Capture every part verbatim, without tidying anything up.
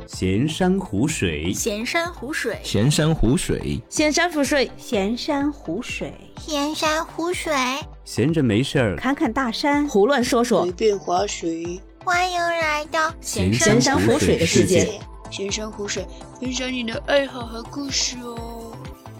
闲山湖水， 闲山湖水， 闲山湖水， 闲山湖水， 闲山湖水， 闲山湖水。 闲着没事儿看看大山， 胡乱说说， 随便划水。 欢迎来到闲闲山湖水的世界。 闲山湖水，分享你的爱好和故事哦。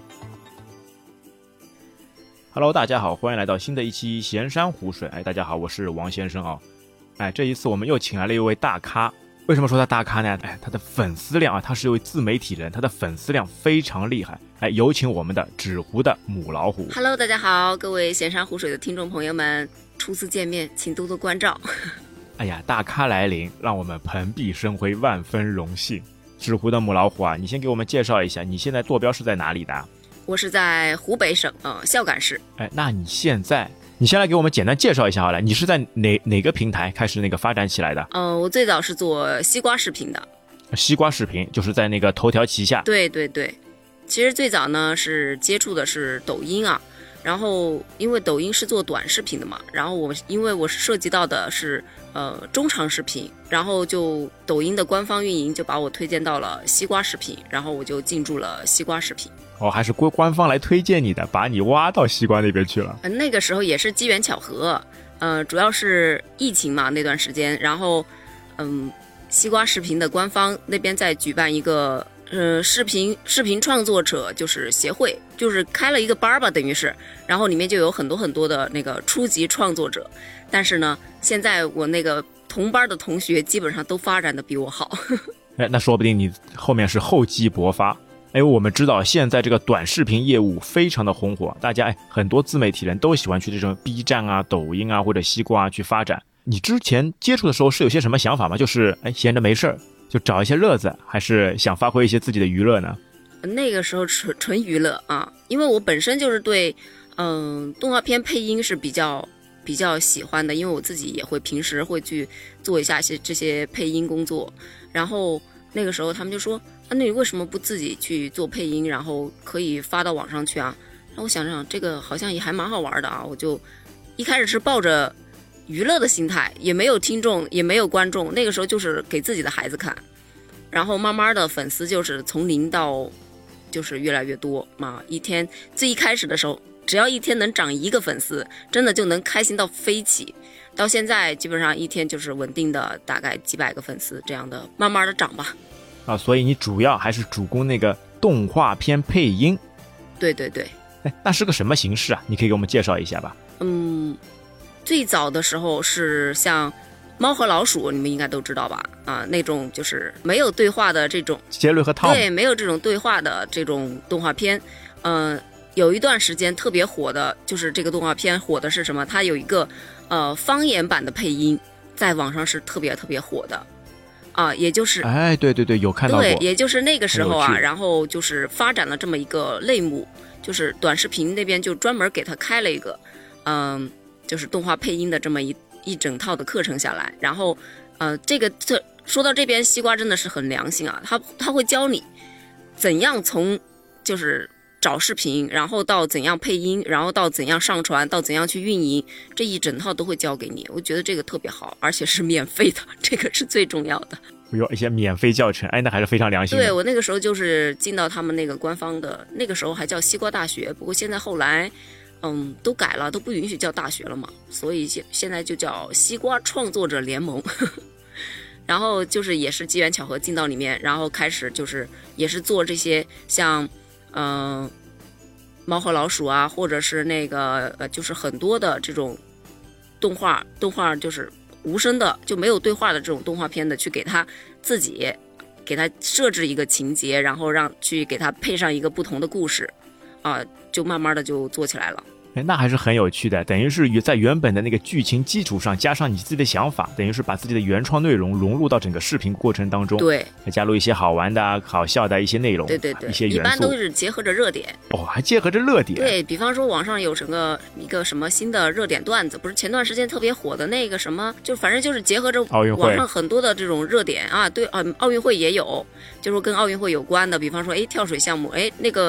Hello， 大家好，欢迎来到新的一期闲山湖水。哎，大家好，我是王先生啊。哎，这一次我们又请来了一位大咖。为什么说他大咖呢？哎，他的粉丝量啊，他是一位自媒体人，他的粉丝量非常厉害。哎，有请我们的纸糊的母老虎。 Hello， 大家好，各位闲山湖水的听众朋友们，初次见面，请多多关照。 哎呀，大咖来临，让我们蓬荜生辉，万分荣幸。纸糊的母老虎啊，你先给我们介绍一下，你现在坐标是在哪里的？ 我是在湖北省呃孝感市。 哎，那你现在，你先来给我们简单介绍一下好了，你是在哪哪个平台开始那个发展起来的？ 呃，我最早是做西瓜视频的。 西瓜视频就是在那个头条旗下。 对对对，其实最早呢是接触的是抖音啊。然后因为抖音是做短视频的嘛，然后我因为我涉及到的是呃中长视频，然后就抖音的官方运营就把我推荐到了西瓜视频，然后我就进驻了西瓜视频。 哦，还是官官方来推荐你的，把你挖到西瓜那边去了。 呃、那个时候也是机缘巧合，呃，主要是疫情嘛那段时间，然后嗯，西瓜视频的官方那边在举办一个呃视频视频创作者就是协会，就是开了一个班吧，等于是，然后里面就有很多很多的那个初级创作者，但是呢，现在我那个同班的同学基本上都发展的比我好。 哎，那说不定你后面是厚积薄发。哎，我们知道现在这个短视频业务非常的红火，大家哎很多自媒体人都喜欢去这种 B 站啊、抖音啊或者西瓜啊去发展。你之前接触的时候是有些什么想法吗？就是哎闲着没事儿就找一些乐子，还是想发挥一些自己的娱乐呢？ 那个时候纯纯娱乐啊，因为我本身就是对嗯动画片配音是比较比较喜欢的，因为我自己也会平时会去做一下些这些配音工作。然后那个时候他们就说啊，那你为什么不自己去做配音，然后可以发到网上去啊？然后我想想，这个好像也还蛮好玩的啊，我就一开始是抱着娱乐的心态，也没有听众，也没有观众，那个时候就是给自己的孩子看。然后慢慢的粉丝就是从零到就是越来越多嘛，一天最一开始的时候，只要一天能涨一个粉丝，真的就能开心到飞起。到现在基本上一天就是稳定的大概几百个粉丝这样的，慢慢的涨吧。 啊，所以你主要还是主攻那个动画片配音。 对对对。 哎，那是个什么形式啊？你可以给我们介绍一下吧。 嗯，最早的时候是像猫和老鼠，你们应该都知道吧？啊，那种就是没有对话的这种杰瑞和汤姆。 对，没有这种对话的这种动画片。嗯、呃，有一段时间特别火的，就是这个动画片火的是什么？它有一个呃方言版的配音，在网上是特别特别火的。啊，也就是哎，对对对，有看到过。 对，也就是那个时候啊，然后就是发展了这么一个类目，就是短视频那边就专门给他开了一个，嗯，就是动画配音的这么一一整套的课程下来。然后，呃，这个这说到这边，西瓜真的是很良心啊，他他会教你怎样从就是找视频，然后到怎样配音，然后到怎样上传，到怎样去运营，这一整套都会教给你。我觉得这个特别好，而且是免费的，这个是最重要的。 有一些免费教程，哎，那还是非常良心的。 对，我那个时候就是进到他们那个官方的，那个时候还叫西瓜大学，不过现在后来，嗯，都改了，都不允许叫大学了嘛，所以现现在就叫西瓜创作者联盟。然后就是也是机缘巧合进到里面，然后开始就是也是做这些像。嗯、呃，猫和老鼠啊，或者是那个呃，就是很多的这种动画，动画就是无声的，就没有对话的这种动画片的，去给他自己给他设置一个情节，然后让去给他配上一个不同的故事，啊、呃，就慢慢的就做起来了。 哎，那还是很有趣的，等于是在原本的那个剧情基础上加上你自己的想法，等于是把自己的原创内容融入到整个视频过程当中， 对， 加入一些好玩的、好笑的一些内容， 对对对， 一些元素， 一般都是结合着热点。 哦，还结合着热点。 对，比方说网上有什么一个什么新的热点段子，不是前段时间特别火的那个什么，就反正就是结合着网上很多的这种热点啊，对啊，奥运会也有，就是跟奥运会有关的，比方说哎跳水项目，哎那个。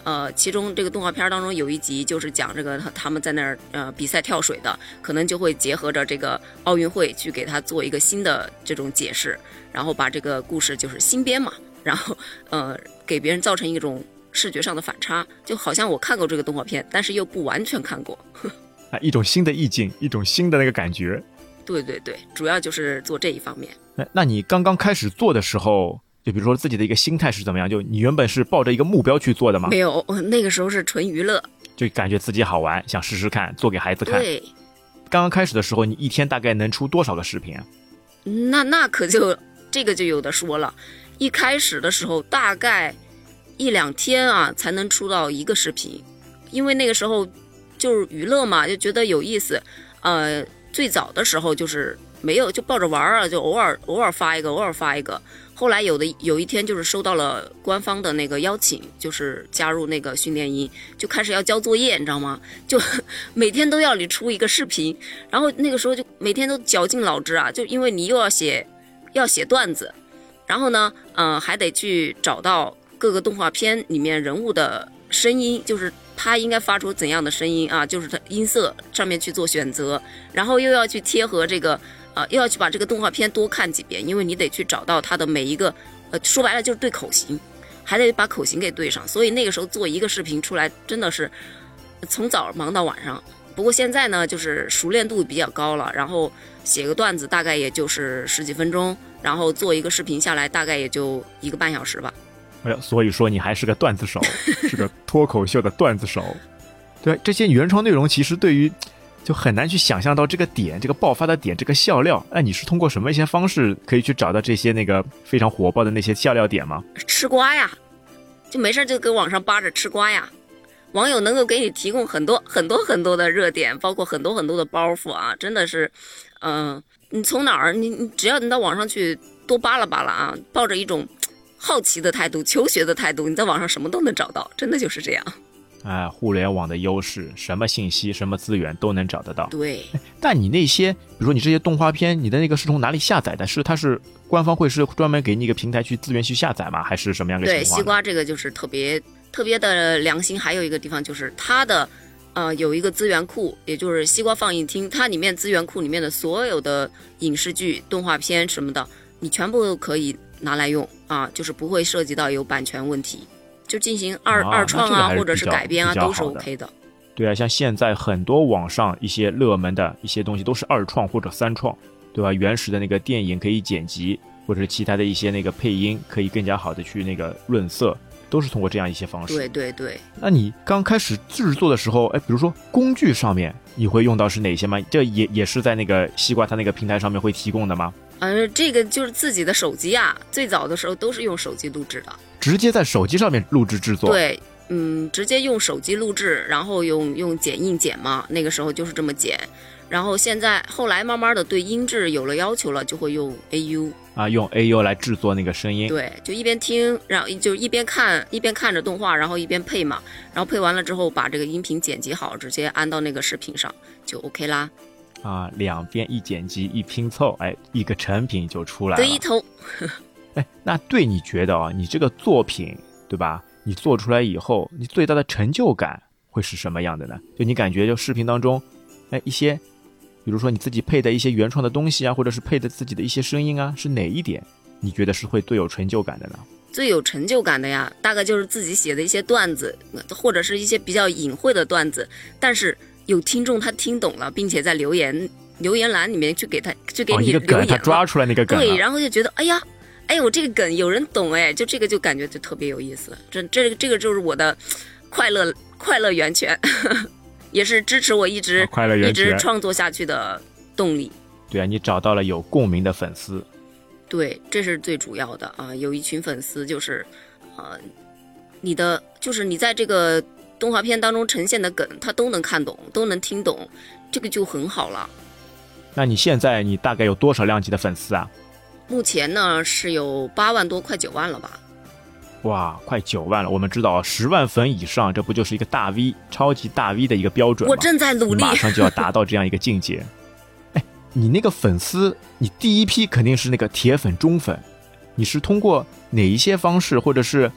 呃，其中这个动画片当中有一集就是讲这个他们在那儿呃比赛跳水的，可能就会结合着这个奥运会去给他做一个新的这种解释，然后把这个故事就是新编嘛，然后呃给别人造成一种视觉上的反差，就好像我看过这个动画片，但是又不完全看过。 啊，一种新的意境，一种新的那个感觉。 对对对，主要就是做这一方面。 那那你刚刚开始做的时候，就比如说自己的一个心态是怎么样？就你原本是抱着一个目标去做的吗？ 没有，那个时候是纯娱乐， 就感觉自己好玩，想试试看，做给孩子看。 对， 刚刚开始的时候，你一天大概能出多少个视频啊？ 那那可就这个就有的说了。一开始的时候，大概一两天啊才能出到一个视频，因为那个时候就是娱乐嘛，就觉得有意思。呃，最早的时候就是没有，就抱着玩啊，就偶尔偶尔发一个，偶尔发一个。后来有的有一天就是收到了官方的那个邀请，就是加入那个训练营，就开始要交作业，你知道吗？就每天都要你出一个视频，然后那个时候就每天都绞尽脑汁啊，就因为你又要写要写段子，然后呢，呃，还得去找到各个动画片里面人物的声音，就是他应该发出怎样的声音啊，就是他音色上面去做选择，然后又要去贴合这个。呃，又要去把这个动画片多看几遍，因为你得去找到它的每一个，呃，说白了就是对口型，还得把口型给对上。所以那个时候做一个视频出来，真的是从早忙到晚上。不过现在呢，就是熟练度比较高了，然后写个段子大概也就是十几分钟，然后做一个视频下来大概也就一个半小时吧。 哎呀，所以说你还是个段子手，是个脱口秀的段子手。对，这些原创内容其实对于。就很难去想象到这个点，这个爆发的点，这个笑料。那你是通过什么一些方式可以去找到这些那个非常火爆的那些笑料点吗？ 吃瓜呀，就没事就搁网上扒着吃瓜呀。网友能够给你提供很多很多很多的热点，包括很多很多的包袱啊，真的是，嗯、呃，你从哪儿，你你只要你到网上去多扒拉扒拉啊，抱着一种好奇的态度、求学的态度，你在网上什么都能找到，真的就是这样。 哎，互联网的优势，什么信息、什么资源都能找得到。 对， 但你那些，比如说你这些动画片，你的那个是从哪里下载的？是它是官方会是专门给你一个平台去资源去下载吗？还是什么样的情况？ 对，西瓜这个就是特别特别的良心。还有一个地方就是它的，呃，有一个资源库，也就是西瓜放映厅，它里面资源库里面的所有的影视剧、动画片什么的，你全部都可以拿来用啊，就是不会涉及到有版权问题。就进行二、啊、二创啊，或者是改编啊，都是 OK 的。 对啊，像现在很多网上一些热门的一些东西都是二创或者三创，对吧？原始的那个电影可以剪辑，或者是其他的一些那个配音可以更加好的去那个润色，都是通过这样一些方式。 对对对。 那你刚开始制作的时候，哎，比如说工具上面你会用到是哪些吗？这也也是在那个西瓜它那个平台上面会提供的吗？ 呃，这个就是自己的手机啊，最早的时候都是用手机录制的。 直接在手机上面录制制作？ 对，嗯，直接用手机录制，然后用用剪映剪嘛，那个时候就是这么剪。然后现在后来慢慢的对音质有了要求了，就会用 A U 啊，用 A U 来制作那个声音。 对，就一边听，然后就一边看，一边看着动画，然后一边配嘛，然后配完了之后把这个音频剪辑好，直接安到那个视频上就 OK 啦。 啊，两边一剪辑一拼凑，哎，一个成品就出来了。 对头。 哎，那对你觉得啊，你这个作品，对吧？你做出来以后，你最大的成就感会是什么样的呢？就你感觉就视频当中，哎，一些，比如说你自己配的一些原创的东西啊，或者是配的自己的一些声音啊，是哪一点你觉得是会最有成就感的呢？ 最有成就感的呀，大概就是自己写的一些段子，或者是一些比较隐晦的段子，但是有听众他听懂了，并且在留言留言栏里面去给他去给你留言、哦、一个梗他抓出来那个梗、啊、 对，然后就觉得哎呀哎我这个梗有人懂，哎，就这个就感觉就特别有意思，这这这个就是我的快乐快乐源泉也是支持我一直、哦、 快乐源泉一直创作下去的动力。 对啊，你找到了有共鸣的粉丝。 对，这是最主要的啊！有一群粉丝，就是呃你的就是你在这个动画片当中呈现的梗他都能看懂，都能听懂，这个就很好了。 那你现在你大概有多少量级的粉丝啊？ 目前呢是有八万多，快九万了吧。 哇，快九万了！我们知道十万粉以上，这不就是一个大 V 超级大 V 的一个标准吗？ 我正在努力， 马上就要达到这样一个境界。哎，你那个粉丝，你第一批肯定是那个铁粉忠粉，你是通过哪一些方式，或者是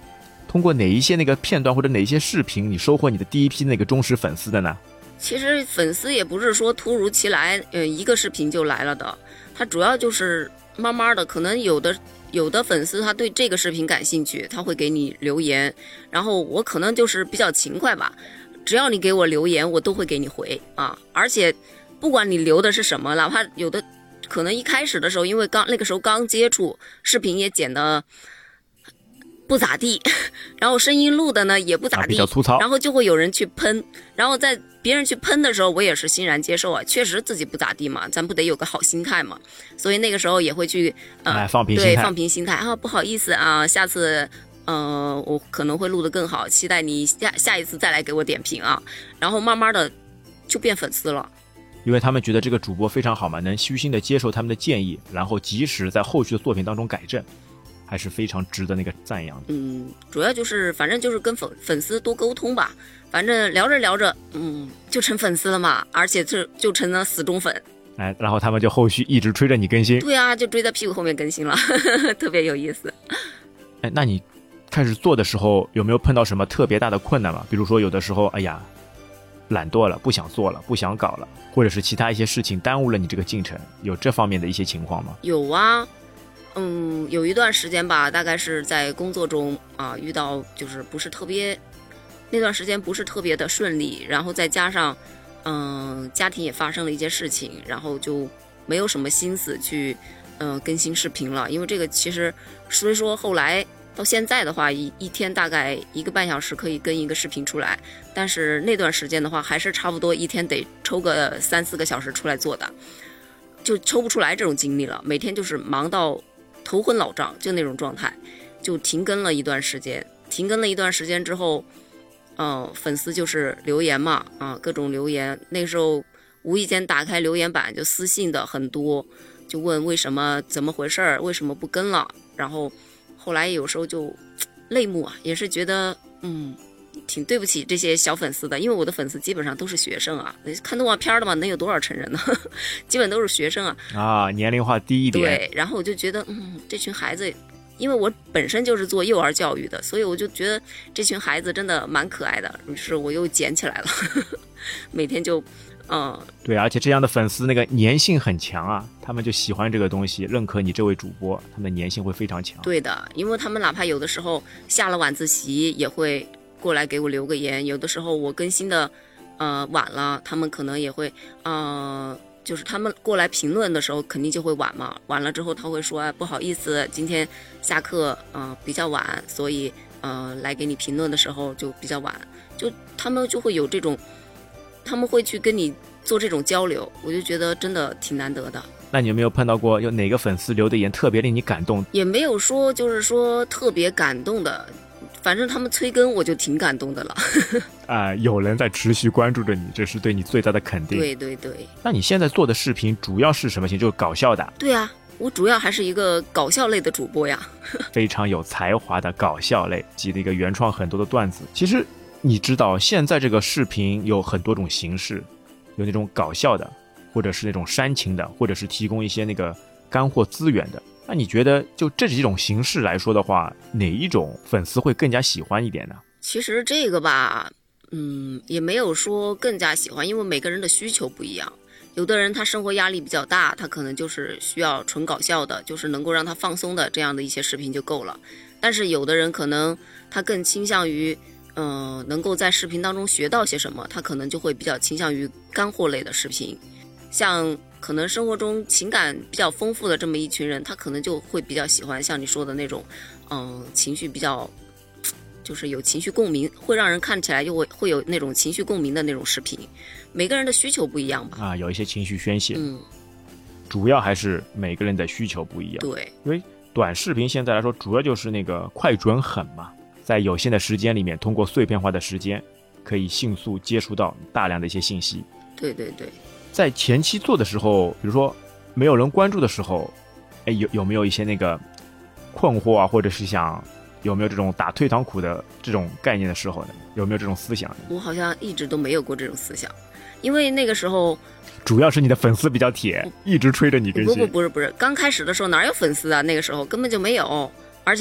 通过哪一些那个片段或者哪一些视频，你收获你的第一批那个忠实粉丝的呢？ 其实粉丝也不是说突如其来，呃，一个视频就来了的，它主要就是慢慢的，可能有的有的粉丝他对这个视频感兴趣，他会给你留言，然后我可能就是比较勤快吧，只要你给我留言，我都会给你回啊，而且不管你留的是什么，哪怕有的可能一开始的时候，因为刚那个时候刚接触，视频也剪得不咋地，然后声音录的呢也不咋地，啊， 比较粗糙， 然后就会有人去喷，然后在别人去喷的时候，我也是欣然接受啊，确实自己不咋地嘛，咱不得有个好心态嘛，所以那个时候也会去呃、 哎、放平心态， 对，放平心态啊，不好意思啊，下次呃我可能会录得更好，期待你下下一次再来给我点评啊，然后慢慢的就变粉丝了。 因为他们觉得这个主播非常好嘛，能虚心的接受他们的建议，然后及时在后续的作品当中改正，还是非常值得那个赞扬的。 嗯，主要就是反正就是跟粉粉丝多沟通吧，反正聊着聊着，嗯，就成粉丝了嘛，而且就就成了死忠粉。 哎，然后他们就后续一直追着你更新。 对啊，就追在屁股后面更新了，呵呵，特别有意思。 哎，那你开始做的时候有没有碰到什么特别大的困难吗？比如说有的时候，哎呀，懒惰了，不想做了，不想搞了，或者是其他一些事情耽误了你这个进程，有这方面的一些情况吗？ 有啊。嗯，有一段时间吧，大概是在工作中啊遇到就是不是特别，那段时间不是特别的顺利，然后再加上嗯家庭也发生了一些事情，然后就没有什么心思去嗯更新视频了，因为这个其实所以说后来到现在的话，一一天大概一个半小时可以更一个视频出来，但是那段时间的话，还是差不多一天得抽个三四个小时出来做的，就抽不出来这种精力了，每天就是忙到头昏脑胀，就那种状态，就停更了一段时间。停更了一段时间之后，呃，粉丝就是留言嘛，啊，各种留言。那时候无意间打开留言板，就私信的很多，就问为什么，怎么回事儿，为什么不更了。然后后来有时候就泪目啊，也是觉得嗯，挺对不起这些小粉丝的，因为我的粉丝基本上都是学生啊，看动画片的嘛，能有多少成人呢？基本都是学生啊， 啊，年龄化低一点。 对，然后我就觉得，嗯，这群孩子，因为我本身就是做幼儿教育的，所以我就觉得这群孩子真的蛮可爱的，于是我又捡起来了，每天就，嗯， 对，而且这样的粉丝那个粘性很强啊，他们就喜欢这个东西，认可你这位主播，他们的粘性会非常强。 对的，因为他们哪怕有的时候下了晚自习也会过来给我留个言，有的时候我更新的呃晚了，他们可能也会呃就是他们过来评论的时候肯定就会晚嘛，晚了之后他会说、哎、不好意思，今天下课呃比较晚，所以呃来给你评论的时候就比较晚，就他们就会有这种，他们会去跟你做这种交流，我就觉得真的挺难得的。 那你有没有碰到过有哪个粉丝留的言特别令你感动？ 也没有说就是说特别感动的，反正他们催更我就挺感动的了。 啊、呃，有人在持续关注着你，这是对你最大的肯定。 对对对。 那你现在做的视频主要是什么型？就是搞笑的？ 对啊，我主要还是一个搞笑类的主播呀。 非常有才华的搞笑类，集的一个原创很多的段子。其实你知道现在这个视频有很多种形式，有那种搞笑的，或者是那种煽情的，或者是提供一些那个干货资源的。那你觉得就这几种形式来说的话，哪一种粉丝会更加喜欢一点呢？ 其实这个吧，嗯，也没有说更加喜欢，因为每个人的需求不一样。有的人他生活压力比较大，他可能就是需要纯搞笑的，就是能够让他放松的这样的一些视频就够了。但是有的人可能他更倾向于嗯、呃，能够在视频当中学到些什么，他可能就会比较倾向于干货类的视频。像可能生活中情感比较丰富的这么一群人，他可能就会比较喜欢像你说的那种嗯、呃，情绪比较就是有情绪共鸣，会让人看起来就会会有那种情绪共鸣的那种视频。每个人的需求不一样吧？ 啊，有一些情绪宣泄。 嗯， 主要还是每个人的需求不一样。 对， 因为短视频现在来说，主要就是那个快准狠嘛，在有限的时间里面，通过碎片化的时间，可以迅速接触到大量的一些信息。 对对对。 在前期做的时候，比如说没有人关注的时候，哎，有有没有一些那个困惑啊，或者是想有没有这种打退堂鼓的这种概念的时候呢？有没有这种思想呢？ 我好像一直都没有过这种思想，因为那个时候主要是你的粉丝比较铁，一直催着你更新。 不不不是不是，刚开始的时候哪有粉丝啊？那个时候根本就没有，而且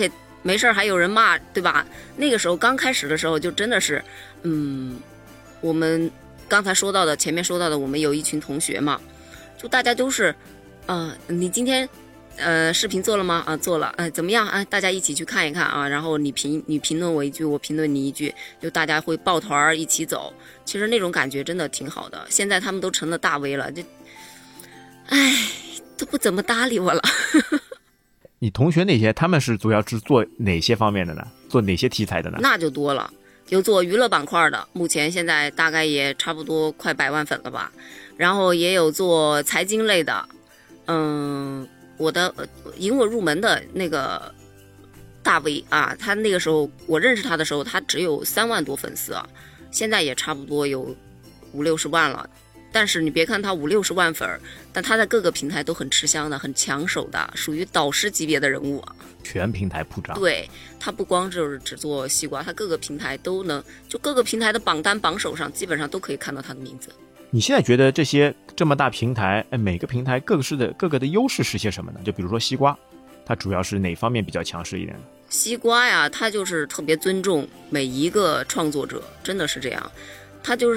没事还有人骂，对吧？那个时候刚开始的时候就真的是，嗯，我们刚才说到的，前面说到的，我们有一群同学嘛，就大家都是，呃，你今天呃视频做了吗？啊，做了，呃，怎么样啊？大家一起去看一看啊，然后你评你评论我一句，我评论你一句，就大家会抱团一起走，其实那种感觉真的挺好的。现在他们都成了大 V 了，就，唉，都不怎么搭理我了。 你同学那些他们是主要是做哪些方面的呢？做哪些题材的呢？ 那就多了，有做娱乐板块的，目前现在大概也差不多快百万粉了吧。然后也有做财经类的，嗯，我的引我入门的那个大 V 啊，他那个时候我认识他的时候，他只有三万多粉丝啊，现在也差不多有五六十万了。但是你别看他五六十万粉，但他在各个平台都很吃香的，很抢手的，属于导师级别的人物啊。 全平台铺张。 对，他不光就是只做西瓜，他各个平台都能，就各个平台的榜单榜首上基本上都可以看到他的名字。 你现在觉得这些这么大平台，哎，每个平台各个是的各个的优势是些什么呢？就比如说西瓜，它主要是哪方面比较强势一点？ 西瓜呀，它就是特别尊重每一个创作者，真的是这样。它就是，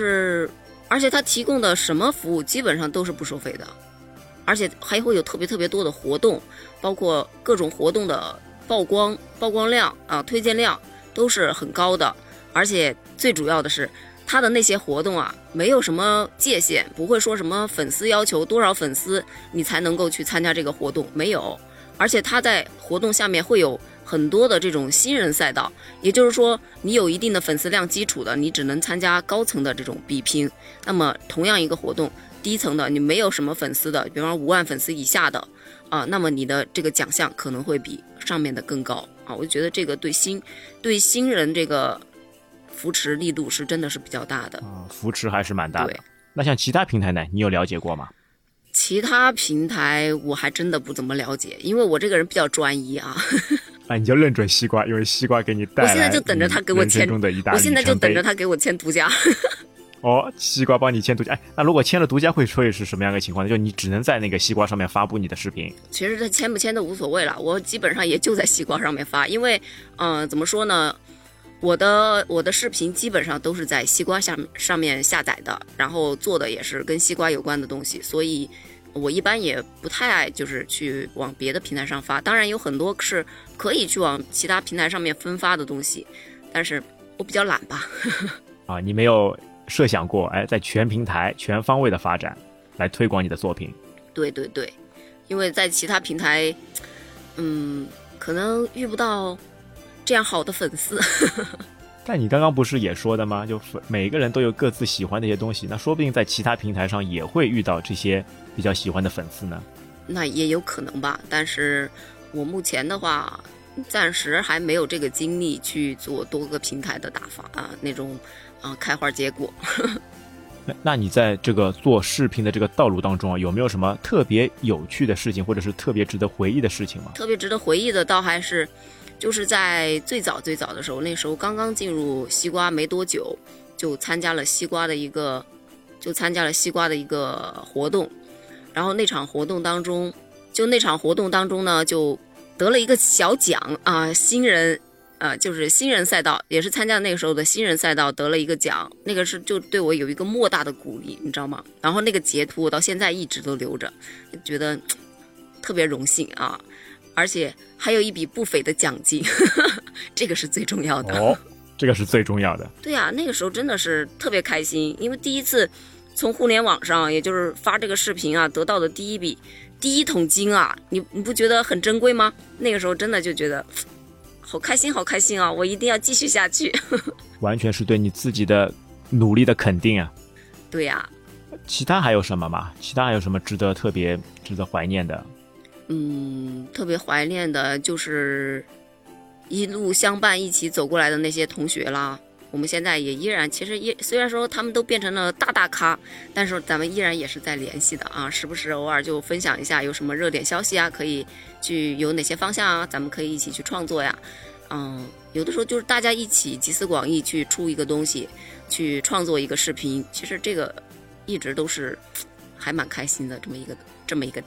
而且它提供的什么服务基本上都是不收费的，而且还会有特别特别多的活动，包括各种活动的曝光、曝光量啊、推荐量都是很高的，而且最主要的是。他的那些活动啊，没有什么界限，不会说什么粉丝要求多少粉丝你才能够去参加这个活动，没有。而且他在活动下面会有很多的这种新人赛道，也就是说你有一定的粉丝量基础的，你只能参加高层的这种比拼。那么同样一个活动，低层的你没有什么粉丝的，比方说五万粉丝以下的啊，那么你的这个奖项可能会比上面的更高啊。我就觉得这个对新对新人这个扶持力度是真的是比较大的、 嗯、扶持还是蛮大的。 对， 那像其他平台呢，你有了解过吗？ 其他平台我还真的不怎么了解，因为我这个人比较专一啊。 啊，你就认准西瓜，因为西瓜给你带来我现在就等着他给我签，我现在就等着他给我签独家。 哦，西瓜帮你签独家，哎，那如果签了独家会会是什么样的情况呢？就你只能在那个西瓜上面发布你的视频。 其实他签不签都无所谓了，我基本上也就在西瓜上面发，因为，嗯、呃，怎么说呢？我的我的视频基本上都是在西瓜上上面下载的，然后做的也是跟西瓜有关的东西，所以我一般也不太爱就是去往别的平台上发。当然有很多是可以去往其他平台上面分发的东西，但是我比较懒吧。 啊，你没有设想过哎，在全平台全方位的发展来推广你的作品？ 对对对，因为在其他平台，嗯，可能遇不到这样好的粉丝。 但你刚刚不是也说的吗？就每个人都有各自喜欢的一些东西，那说不定在其他平台上也会遇到这些比较喜欢的粉丝呢。 那也有可能吧，但是我目前的话暂时还没有这个精力去做多个平台的打法啊，那种啊开花结果。 那那你在这个做视频的这个道路当中啊，有没有什么特别有趣的事情，或者是特别值得回忆的事情吗？ 特别值得回忆的倒还是就是在最早最早的时候，那时候刚刚进入西瓜没多久，就参加了西瓜的一个就参加了西瓜的一个活动，然后那场活动当中就那场活动当中呢就得了一个小奖啊，新人呃，就是新人赛道，也是参加那个时候的新人赛道得了一个奖，那个是就对我有一个莫大的鼓励，你知道吗？然后那个截图我到现在一直都留着，觉得特别荣幸啊，而且还有一笔不菲的奖金，这个是最重要的。 哦，这个是最重要的。 对啊，那个时候真的是特别开心，因为第一次从互联网上，也就是发这个视频啊，得到的第一笔第一桶金啊，你你不觉得很珍贵吗？那个时候真的就觉得好开心好开心啊，我一定要继续下去。 完全是对你自己的努力的肯定啊。 对呀、啊。 其他还有什么吗？其他还有什么值得特别值得怀念的？ 嗯，特别怀念的就是一路相伴一起走过来的那些同学啦。我们现在也依然，其实也虽然说他们都变成了大大咖，但是咱们依然也是在联系的啊，时不时偶尔就分享一下有什么热点消息啊，可以去有哪些方向啊，咱们可以一起去创作呀。嗯，有的时候就是大家一起集思广益去出一个东西，去创作一个视频，其实这个一直都是还蛮开心的这么一个这么一个点。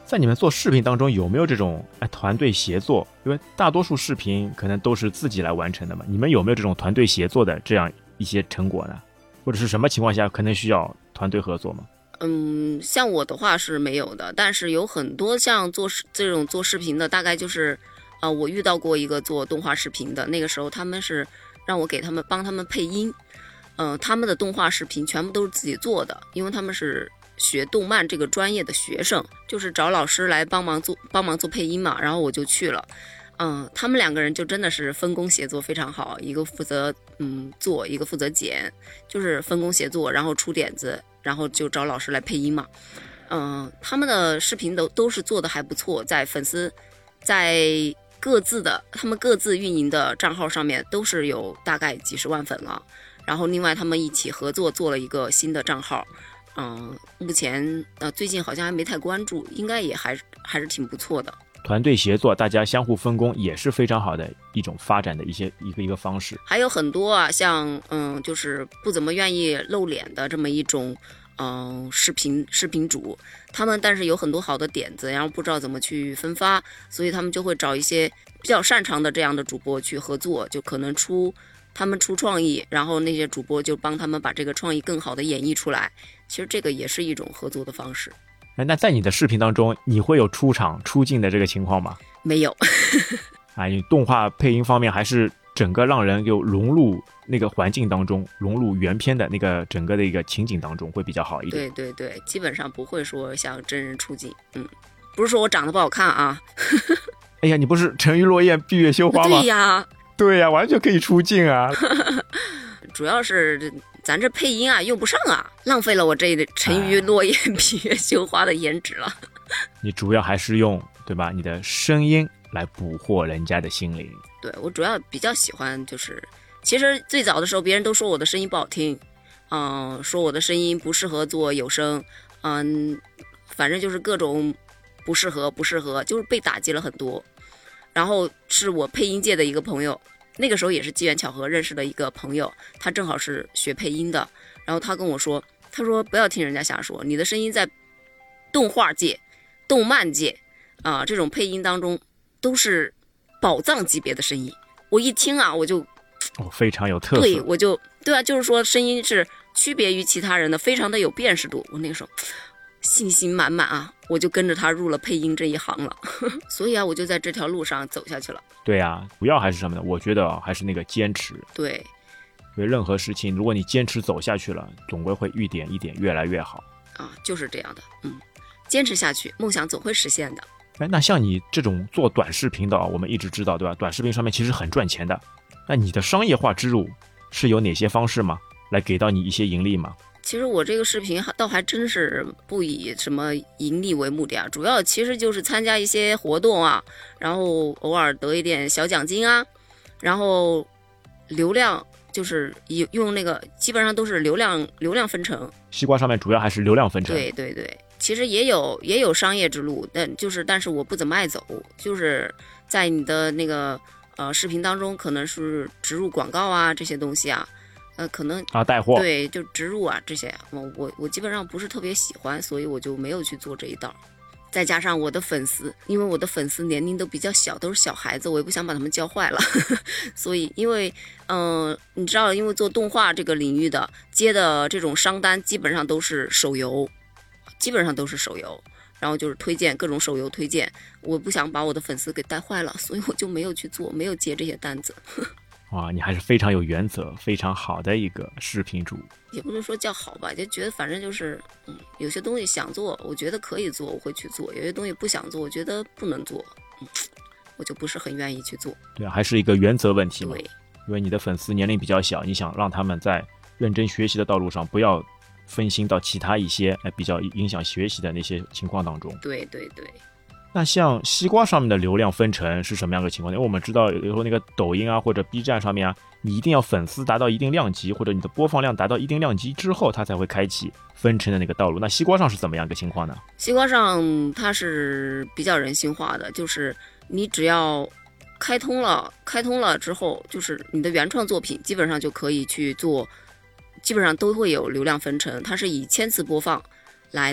在你们做视频当中有没有这种哎团队协作？因为大多数视频可能都是自己来完成的嘛，你们有没有这种团队协作的这样一些成果呢？或者是什么情况下可能需要团队合作吗？ 嗯，像我的话是没有的，但是有很多像做这种做视频的，大概就是呃，我遇到过一个做动画视频的，那个时候他们是让我给他们帮他们配音，呃，他们的动画视频全部都是自己做的，因为他们是学动漫这个专业的学生，就是找老师来帮忙做帮忙做配音嘛，然后我就去了。嗯，他们两个人就真的是分工协作非常好，一个负责嗯做，一个负责剪，就是分工协作，然后出点子，然后就找老师来配音嘛。嗯，他们的视频都都是做的还不错，在粉丝在各自的他们各自运营的账号上面都是有大概几十万粉了，然后另外他们一起合作做了一个新的账号。嗯，目前呃最近好像还没太关注，应该也还还是挺不错的。 团队协作，大家相互分工也是非常好的一种发展的一些一个一个方式。 还有很多啊，像嗯，就是不怎么愿意露脸的这么一种嗯视频视频主，他们但是有很多好的点子，然后不知道怎么去分发，所以他们就会找一些比较擅长的这样的主播去合作，就可能出他们出创意，然后那些主播就帮他们把这个创意更好的演绎出来。其实这个也是一种合作的方式。 那在你的视频当中，你会有出场出镜的这个情况吗？ 没有。 啊，你动画配音方面还是整个让人有融入那个环境当中，融入原片的那个整个的一个情景当中会比较好一点。 对对对，基本上不会说像真人出镜。嗯，不是说我长得不好看啊。 哎呀，你不是沉鱼落雁闭月羞花吗？ 对呀， 对呀，完全可以出镜啊。 主要是咱这配音啊用不上啊，浪费了我这沉鱼落雁闭月羞花的颜值了。 你主要还是用对吧你的声音来捕获人家的心灵。 对，我主要比较喜欢，就是其实最早的时候别人都说我的声音不好听，嗯、呃，说我的声音不适合做有声，嗯，反正就是各种不适合不适合，就是被打击了很多。然后是我配音界的一个朋友，那个时候也是机缘巧合认识了一个朋友，他正好是学配音的，然后他跟我说，他说不要听人家瞎说，你的声音在动画界、动漫界啊、呃、这种配音当中都是宝藏级别的声音。我一听啊，我就哦非常有特色。 对，我就对啊，就是说声音是区别于其他人的，非常的有辨识度。我那个时候信心满满啊，我就跟着他入了配音这一行了。所以啊，我就在这条路上走下去了。 对啊，主要还是什么呢？我觉得啊，还是那个坚持。 对， 因为任何事情，如果你坚持走下去了，总归会一点一点越来越好啊，就是这样的。嗯，坚持下去，梦想总会实现的。 哎，那像你这种做短视频的，我们一直知道，对吧？短视频上面其实很赚钱的。那你的商业化之路是有哪些方式吗？来给到你一些盈利吗？ 其实我这个视频倒还真是不以什么盈利为目的啊，主要其实就是参加一些活动啊，然后偶尔得一点小奖金啊，然后流量就是用那个基本上都是流量流量分成。 西瓜上面主要还是流量分成。 对对对，其实也有也有商业之路，但就是但是我不怎么爱走，就是在你的那个呃视频当中可能是植入广告啊这些东西啊。呃，可能啊，带货， 对，就植入啊这些，我我我基本上不是特别喜欢，所以我就没有去做这一道。再加上我的粉丝，因为我的粉丝年龄都比较小，都是小孩子，我也不想把他们教坏了，所以因为嗯、呃，你知道，因为做动画这个领域的接的这种商单，基本上都是手游，基本上都是手游，然后就是推荐各种手游推荐，我不想把我的粉丝给带坏了，所以我就没有去做，没有接这些单子。 哇，你还是非常有原则，非常好的一个视频主。 也不能说叫好吧，就觉得反正就是，嗯，有些东西想做，我觉得可以做，我会去做；有些东西不想做，我觉得不能做，嗯，我就不是很愿意去做。 对啊，还是一个原则问题嘛。 对， 因为你的粉丝年龄比较小，你想让他们在认真学习的道路上，不要分心到其他一些比较影响学习的那些情况当中。 对对对。 那像西瓜上面的流量分成是什么样的情况？因为我们知道有时候那个抖音啊或者 B 站上面啊，你一定要粉丝达到一定量级，或者你的播放量达到一定量级之后，它才会开启分成的那个道路。那西瓜上是怎么样一个情况呢？ 西瓜上它是比较人性化的，就是你只要开通了，开通了之后，就是你的原创作品基本上就可以去做，基本上都会有流量分成，它是以千次播放来的。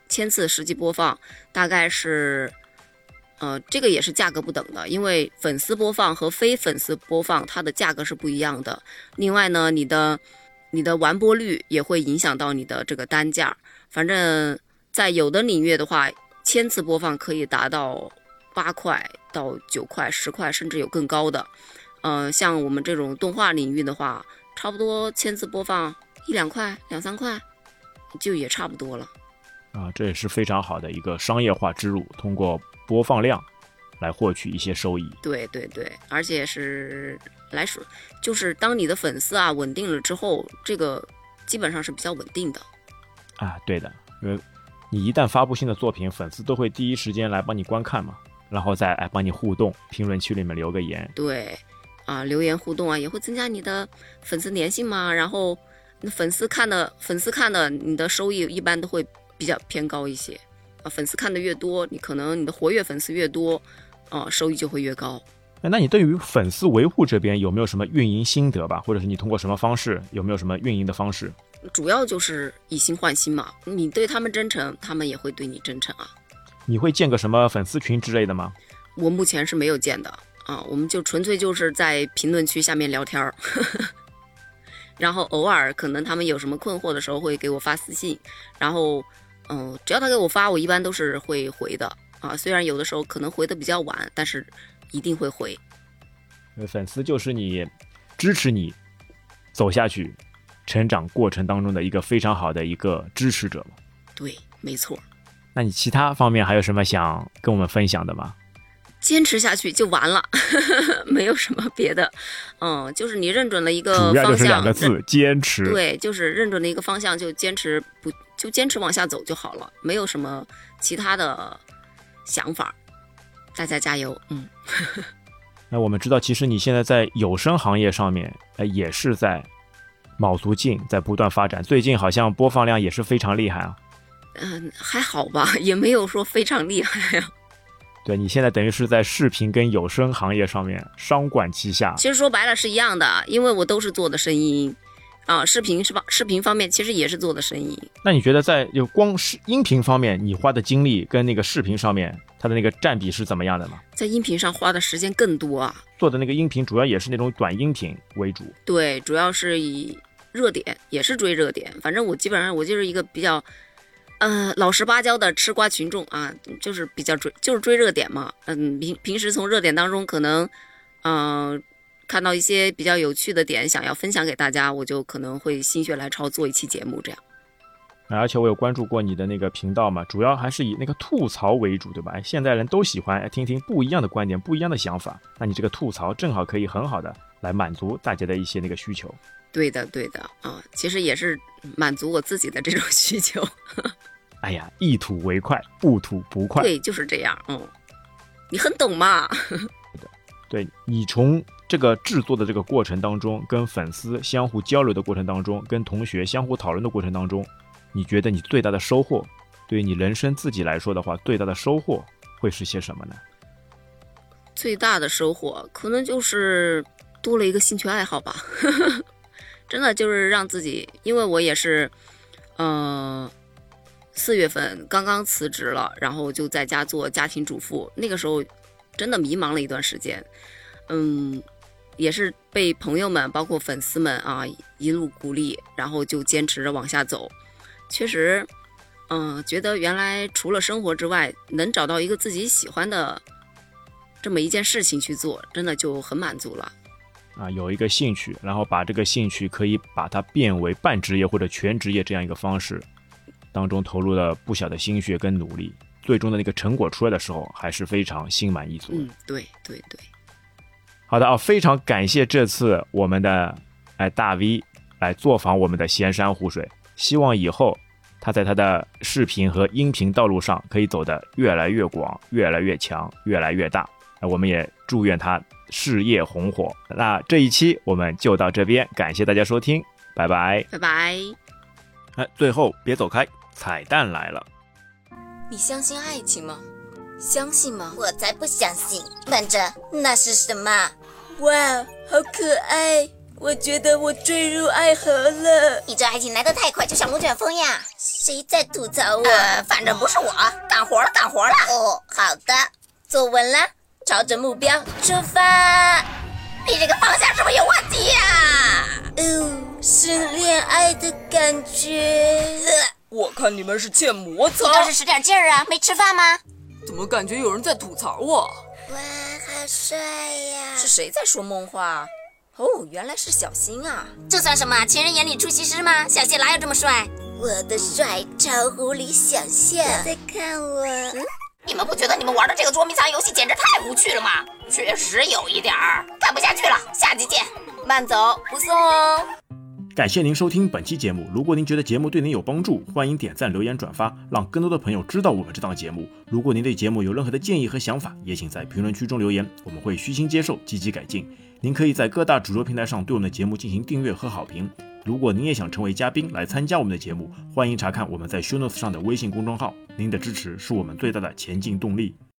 千次实际播放大概是，呃，这个也是价格不等的，因为粉丝播放和非粉丝播放它的价格是不一样的。另外呢，你的你的完播率也会影响到你的这个单价。反正在有的领域的话，千次播放可以达到八块到九块、十块，甚至有更高的。呃，像我们这种动画领域的话，差不多千次播放一两块、两三块，就也差不多了。 啊，这也是非常好的一个商业化之路，通过播放量来获取一些收益。 对对对，而且是来说，就是当你的粉丝啊稳定了之后，这个基本上是比较稳定的。 啊，对的，因为你一旦发布新的作品，粉丝都会第一时间来帮你观看嘛，然后再哎帮你互动，评论区里面留个言。 对，啊，留言互动啊，也会增加你的粉丝粘性嘛。然后粉丝看的粉丝看的，你的收益一般都会比较偏高一些。啊，粉丝看的越多，你可能你的活跃粉丝越多，啊，收益就会越高。 那你对于粉丝维护这边有没有什么运营心得吧？或者是你通过什么方式，有没有什么运营的方式？ 主要就是以心换心嘛，你对他们真诚，他们也会对你真诚啊。 你会建个什么粉丝群之类的吗？ 我目前是没有建的啊，我们就纯粹就是在评论区下面聊天儿，然后偶尔可能他们有什么困惑的时候会给我发私信，然后嗯、呃，只要他给我发，我一般都是会回的啊。虽然有的时候可能回的比较晚，但是一定会回。 粉丝就是你支持你走下去成长过程当中的一个非常好的一个支持者嘛。 对，没错。 那你其他方面还有什么想跟我们分享的吗？ 坚持下去就完了，没有什么别的。嗯，就是你认准了一个方向， 主要就是两个字，坚持。 对，就是认准了一个方向就坚持，不就坚持往下走就好了，没有什么其他的想法。大家加油，嗯。 那我们知道，其实你现在在有声行业上面，呃，也是在卯足劲，在不断发展。最近好像播放量也是非常厉害啊。 嗯、呃，还好吧，也没有说非常厉害啊。 对，你现在等于是在视频跟有声行业上面双管齐下。 其实说白了是一样的，因为我都是做的声音啊，视频是吧？视频方面其实也是做的声音。 那你觉得在有光是音频方面，你花的精力跟那个视频上面，它的那个占比是怎么样的呢？ 在音频上花的时间更多啊。 做的那个音频主要也是那种短音频为主。 对，主要是以热点，也是追热点。反正我基本上我就是一个比较。呃，老实巴交的吃瓜群众啊，就是比较追，就是追热点嘛。嗯，平平时从热点当中可能，嗯、呃，看到一些比较有趣的点，想要分享给大家，我就可能会心血来潮做一期节目这样。 而且我有关注过你的那个频道嘛，主要还是以那个吐槽为主，对吧？哎，现在人都喜欢听听不一样的观点、不一样的想法。那你这个吐槽正好可以很好的来满足大家的一些那个需求。 对的，对的啊，其实也是满足我自己的这种需求。 哎呀，一吐为快，不吐不快。 对，就是这样。嗯，你很懂嘛。 对，你从这个制作的这个过程当中，跟粉丝相互交流的过程当中，跟同学相互讨论的过程当中，你觉得你最大的收获，对于你人生自己来说的话，最大的收获会是些什么呢？ 最大的收获可能就是多了一个兴趣爱好吧。真的就是让自己，因为我也是，呃。四月份刚刚辞职了，然后就在家做家庭主妇。那个时候真的迷茫了一段时间，嗯，也是被朋友们包括粉丝们啊一路鼓励，然后就坚持着往下走。确实，嗯，觉得原来除了生活之外，能找到一个自己喜欢的这么一件事情去做，真的就很满足了。 啊，有一个兴趣，然后把这个兴趣可以把它变为半职业或者全职业这样一个方式。当中投入了不小的心血跟努力，最终的那个成果出来的时候，还是非常心满意足。 嗯，对对对。 好的啊，非常感谢这次我们的哎大 V 来做访我们的闲山湖水，希望以后他在他的视频和音频道路上可以走得越来越广、越来越强、越来越大。我们也祝愿他事业红火。那这一期我们就到这边，感谢大家收听，拜拜， 拜拜。 哎，最后别走开。彩蛋来了， 你相信爱情吗？相信吗？ 我才不相信，反正那是什么？ 哇，好可爱！ 我觉得我坠入爱河了。 你这爱情来得太快，就像龙卷风呀！谁在吐槽我？呃，反正不是我，干活了，干活了。哦，好的， 坐稳了，朝着目标出发。 你这个方向是不是有问题呀？ 哦，是恋爱的感觉。 呃我看你们是欠摩擦。 你倒是使点劲儿啊！没吃饭吗？ 怎么感觉有人在吐槽我？ 哇，好帅呀！ 是谁在说梦话？哦，原来是小新啊！ 这算什么？情人眼里出西施吗？小新哪有这么帅？我的帅超乎你想象。在看我、嗯？你们不觉得你们玩的这个捉迷藏游戏简直太无趣了吗？确实有一点儿，看不下去了，下集见。 慢走，不送哦。 感谢您收听本期节目。如果您觉得节目对您有帮助，欢迎点赞、留言、转发，让更多的朋友知道我们这档节目。如果您对节目有任何的建议和想法，也请在评论区中留言，我们会虚心接受，积极改进。您可以在各大主流平台上对我们的节目进行订阅和好评。如果您也想成为嘉宾来参加我们的节目，欢迎查看我们在 show notes 上的微信公众号。您的支持是我们最大的前进动力。